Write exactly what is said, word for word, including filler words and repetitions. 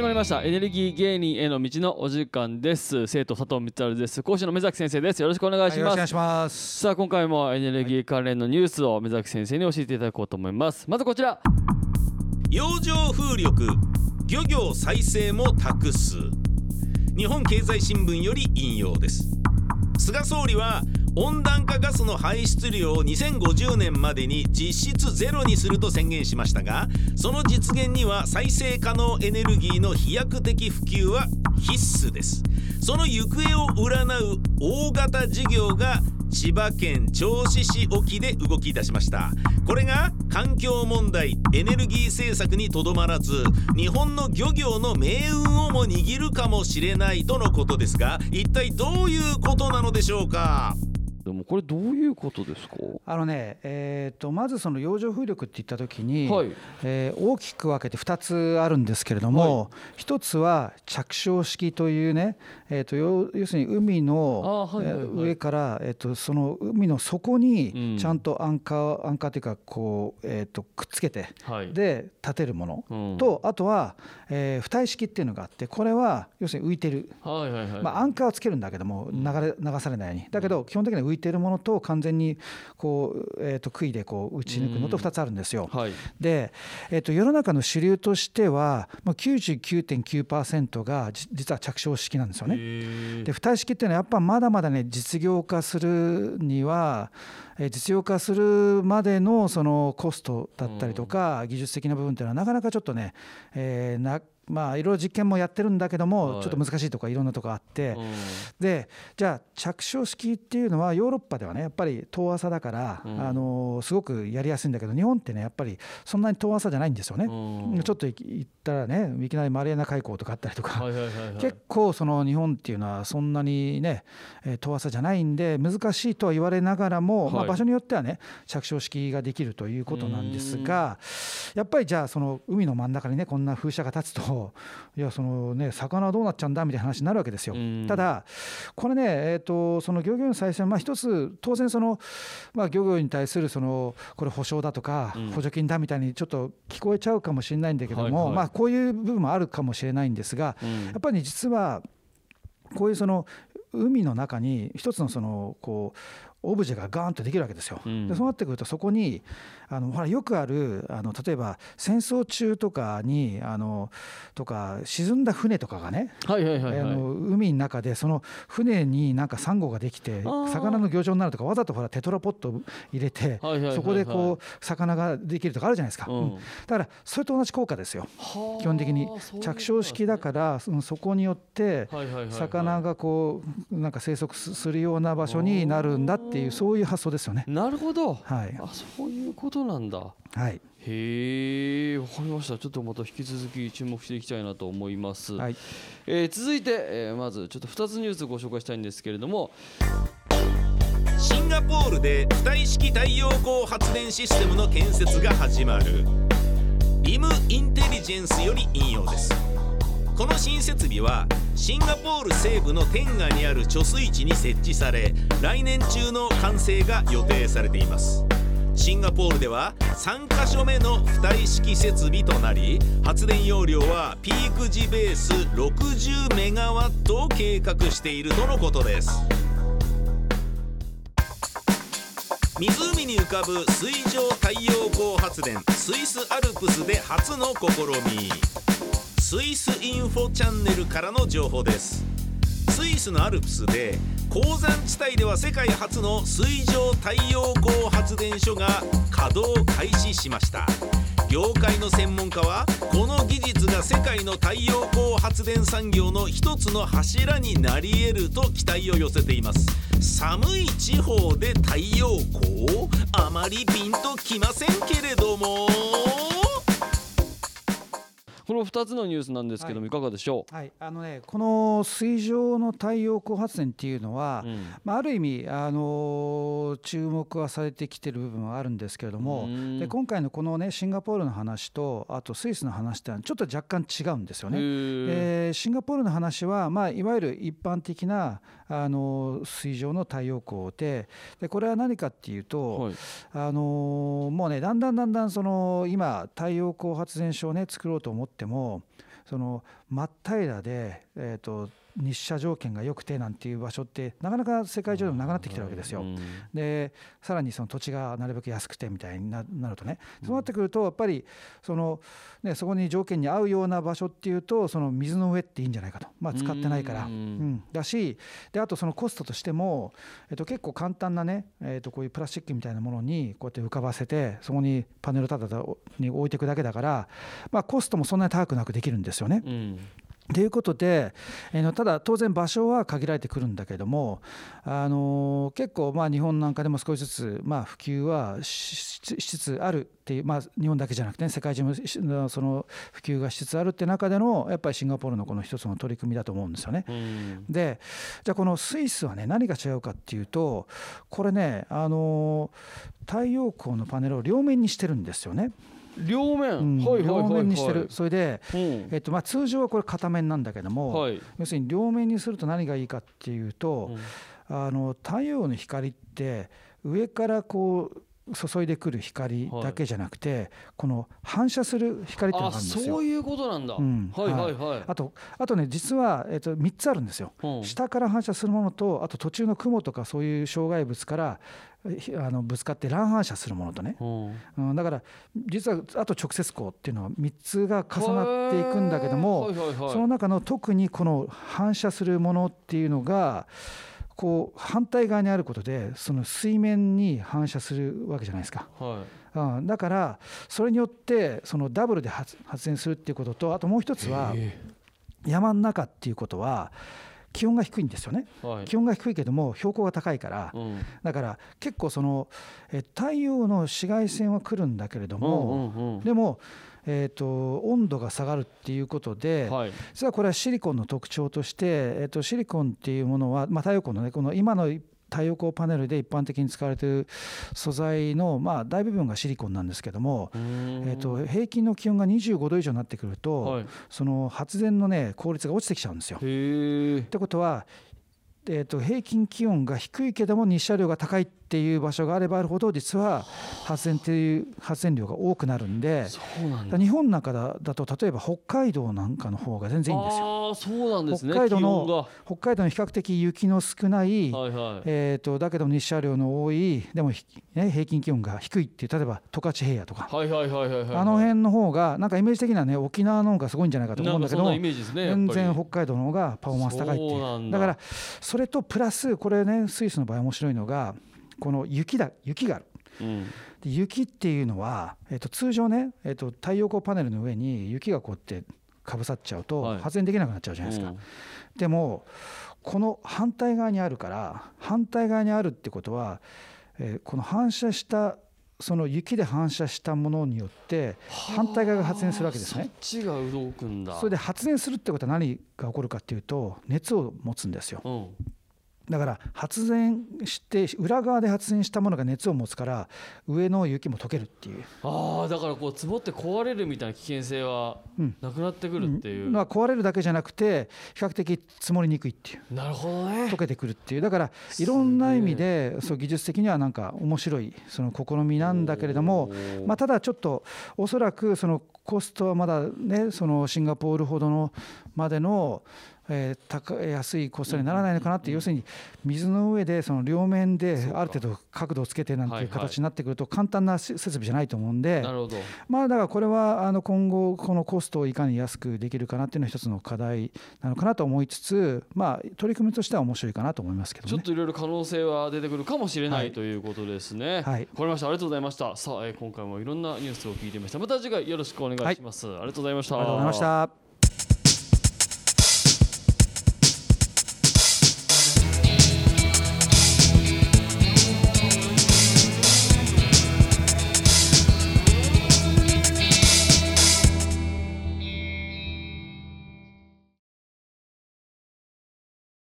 まりました。エネルギー芸人への道のお時間です。生徒佐藤光です。講師の目崎先生です。よろしくお願いします。 はい、よろしくお願いします。 さあ今回もエネルギー関連のニュースを目崎先生に教えていただこうと思います。まずこちら、 洋上風力漁業再生も託す。日本経済新聞より引用です。菅総理は温暖化ガスの排出量をにせんごじゅうねんまでに実質ゼロにすると宣言しましたが、その実現には再生可能エネルギーの飛躍的普及は必須です。その行方を占う大型事業が千葉県銚子市沖で動き出しました。これが環境問題、エネルギー政策にとどまらず、日本の漁業の命運をも握るかもしれないとのことですが、一体どういうことなのでしょうか。 でもこれどういうことですか。 あのね、えー、とまずその洋上風力って言ったときに、 はい、えー、大きく分けてふたつあるんですけれども、はい、ひとつは着床式というね、えー、と 要, 要するに海の、はいはいはい、上から、えー、とその海の底にちゃんとアンカー、うん、アンカーというかこう、えー、とくっつけて、はい、で立てるもの、うん、とあとは、えー、浮体式っていうのがあって、これは要するに浮いてる、はいはいはい、まあ、アンカーをつけるんだけども流れ流されないように、だけど基本的には浮いているものと完全にこう、えー、と杭でこう打ち抜くのとふたつあるんですよ、はい、で、えー、と世の中の主流としては きゅうじゅうきゅうてんきゅうパーセント が実は着床式なんですよね。で浮体式っていうのはやっぱまだまだね、実業化するには実用化するまでのそのコストだったりとか技術的な部分っていうのはなかなかちょっとね、えー、なまあいろいろ実験もやってるんだけども、ちょっと難しいとかいろんなとこあって、でじゃあ着床式っていうのはヨーロッパではねやっぱり遠浅だから、あのすごくやりやすいんだけど、日本ってねやっぱりそんなに遠浅じゃないんですよね。ちょっと行ったらね、いきなりマリアナ海溝とかあったりとか、結構その日本っていうのはそんなにね遠浅じゃないんで難しいとは言われながらも、まあ場所によってはね着床式ができるということなんですが、やっぱりじゃあその海の真ん中にねこんな風車が立つと、いやそのね魚はどうなっちゃうんだみたいな話になるわけですよ。ただこれね、えー、とその漁業の再生、まあ一つ当然その、まあ、漁業に対するそのこれ保証だとか補助金だみたいにちょっと聞こえちゃうかもしれないんだけども、はいはい、まあこういう部分もあるかもしれないんですが、やっぱり実はこういうその海の中に一つのそのこうオブジェがガーンとできるわけですよ。でそうなってくるとそこにあのほらよくあるあの例えば戦争中とかにあのとか沈んだ船とかがね、はいはいはいはい、あの海の中でその船になんかサンゴができて魚の漁場になるとか、わざとほらテトラポット入れて、はいはいはいはい、そこでこう魚ができるとかあるじゃないですか、うん、だからそれと同じ効果ですよ基本的に。着床式だからそのそこによって魚がこうなんか生息するような場所になるんだっていう、そういう発想ですよね。 なるほど、 はい、 あそういうことなんだ。 はい、 へえ、わかりました。ちょっとまた引き続き注目していきたいなと思います、はい。えー、続いて、えー、まずちょっとふたつニュースご紹介したいんですけれども、 シンガポールで浮体式太陽光発電システムの建設が始まる。リムインテリジェンスより引用です。この新設備はシンガポール西部のテンガにある貯水池に設置され、来年中の完成が予定されています。シンガポールではさんかしょめの浮体式設備となり、発電容量はピーク時ベースろくじゅうメガワットを計画しているとのことです。湖に浮かぶ水上太陽光発電、スイスアルプスで初の試み。スイスインフォチャンネルからの情報です。スイスのアルプスで鉱山地帯では世界初の水上太陽光発電所が稼働開始しました。業界の専門家はこの技術が世界の太陽光発電産業の一つの柱になり得ると期待を寄せています。寒い地方で太陽光、あまりピンときませんけれども、 このふたつのニュースなんですけども、はい、いかがでしょう。 はい、あのね、この水上の太陽光発電っていうのは、うんまあ、ある意味あの注目はされてきてる部分はあるんですけれども、で今回のこのねシンガポールの話とあとスイスの話ってのはちょっと若干違うんですよね。でシンガポールの話は、まあ、いわゆる一般的なあの水上の太陽光で、でこれは何かっていうと、はい、あのもうねだんだんだんだんその今太陽光発電所をね作ろうと思ってもその真っ平らで、えー、と日射条件が良くてなんていう場所ってなかなか世界中でもなくなってきてるわけですよ。でさらにその土地がなるべく安くてみたいになるとね、そうなってくるとやっぱりその、ね、そこに条件に合うような場所っていうとその水の上っていいんじゃないかと、まあ、使ってないから、うん、だしであとそのコストとしても、えっと、結構簡単なね、えっと、こういうプラスチックみたいなものにこうやって浮かばせてそこにパネルをただに置いていくだけだから、まあ、コストもそんなに高くなくできるんですよね。うんということで、えー、ただ当然場所は限られてくるんだけども、あのー、結構まあ日本なんかでも少しずつまあ普及はしつつあるっていう、まあ、日本だけじゃなくて、ね、世界中もその普及がしつつあるって中でのやっぱりシンガポールのこの一つの取り組みだと思うんですよね。うん、でじゃあこのスイスはね何が違うかっていうと、これね、あのー、太陽光のパネルを両面にしてるんですよね。 両面、うん、 はいはいはいはい、両面にしてる。それで、うんえっとまあ、通常はこれ片面なんだけども、はい、要するに両面にすると何がいいかっていうと、うん、あの太陽の光って上からこう注いでくる光だけじゃなくて、はい、この反射する光っていうのがあるんですよ。 そういうことなんだ、うんはいはいはい、 あと、あとね実は、えっと、みっつあるんですよ、うん、下から反射するものと、あと途中の雲とかそういう障害物からあのぶつかって乱反射するものとね、うん、だから実はあと直接光っていうのはみっつが重なっていくんだけども、はいはいはい、その中の特にこの反射するものっていうのがこう反対側にあることでその水面に反射するわけじゃないですか、はいうん、だからそれによってそのダブルで 発, 発電するっていうことと、あともう一つは山の中っていうことは気温が低いんですよね、はい、気温が低いけども標高が高いから、うん、だから結構そのえ太陽の紫外線は来るんだけれども、うんうんうん、でもえー、と温度が下がるっていうことで、はい、実はこれはシリコンの特徴として、えー、とシリコンっていうものは、まあ、太陽光のねこの今の太陽光パネルで一般的に使われている素材の、まあ、大部分がシリコンなんですけども、えー、と平均の気温がにじゅうごど以上になってくると、はい、その発電の、ね、効率が落ちてきちゃうんですよ。ってことは、えー、と平均気温が低いけども日射量が高いっていう場所があればあるほど実は発電っていう発電量が多くなるんで、そうなんだ。日本なんか だ, だと例えば北海道なんかの方が全然いいんですよ。 あそうなんですね。 北海道の北海道の比較的雪の少ない、はいはいえー、とだけど日射量の多いでも、ね、平均気温が低いっていう例えば十勝平野とか、はいはいはいはいはい、あの辺の方がなんかイメージ的にはね沖縄の方がすごいんじゃないかと思うんだけど、ね、全然北海道の方がパフォーマンス高いっていう。だ, だからそれとプラスこれねスイスの場合面白いのがこの雪だ雪がある、うん、で雪っていうのは、えー、と通常ね、えー、と太陽光パネルの上に雪がこうやってかぶさっちゃうと発電できなくなっちゃうじゃないですか、はいうん、でもこの反対側にあるから反対側にあるってことは、えー、この反射したその雪で反射したものによって反対側が発電するわけですね。 そっちが動くんだ。 それで発電するってことは何が起こるかっていうと熱を持つんですよ、うんだから発電して裏側で発電したものが熱を持つから上の雪も溶けるっていう。 ああだからこう積もって壊れるみたいな危険性はなくなってくるっていう、 うんまあ、壊れるだけじゃなくて比較的積もりにくいっていう。 なるほどね。 溶けてくるっていう。だからいろんな意味でそう技術的にはなんか面白いその試みなんだけれども、まあ、ただちょっとおそらくそのコストはまだねそのシンガポールほどのまでのえー、高安いコストにならないのかなって、要するに水の上でその両面である程度角度をつけてなんていう形になってくると簡単な設備じゃないと思うんで、 なるほど。 まあだからこれはあの今後このコストをいかに安くできるかなっていうのは一つの課題なのかなと思いつつ、まあ取り組みとしては面白いかなと思いますけどね。 ちょっといろいろ可能性は出てくるかもしれない、はい、ということですね。はい、わかりました。ありがとうございました。さあ、えー、今回もいろんなニュースを聞いてみました。また次回よろしくお願いします。はい、ありがとうございました。 ありがとうございました。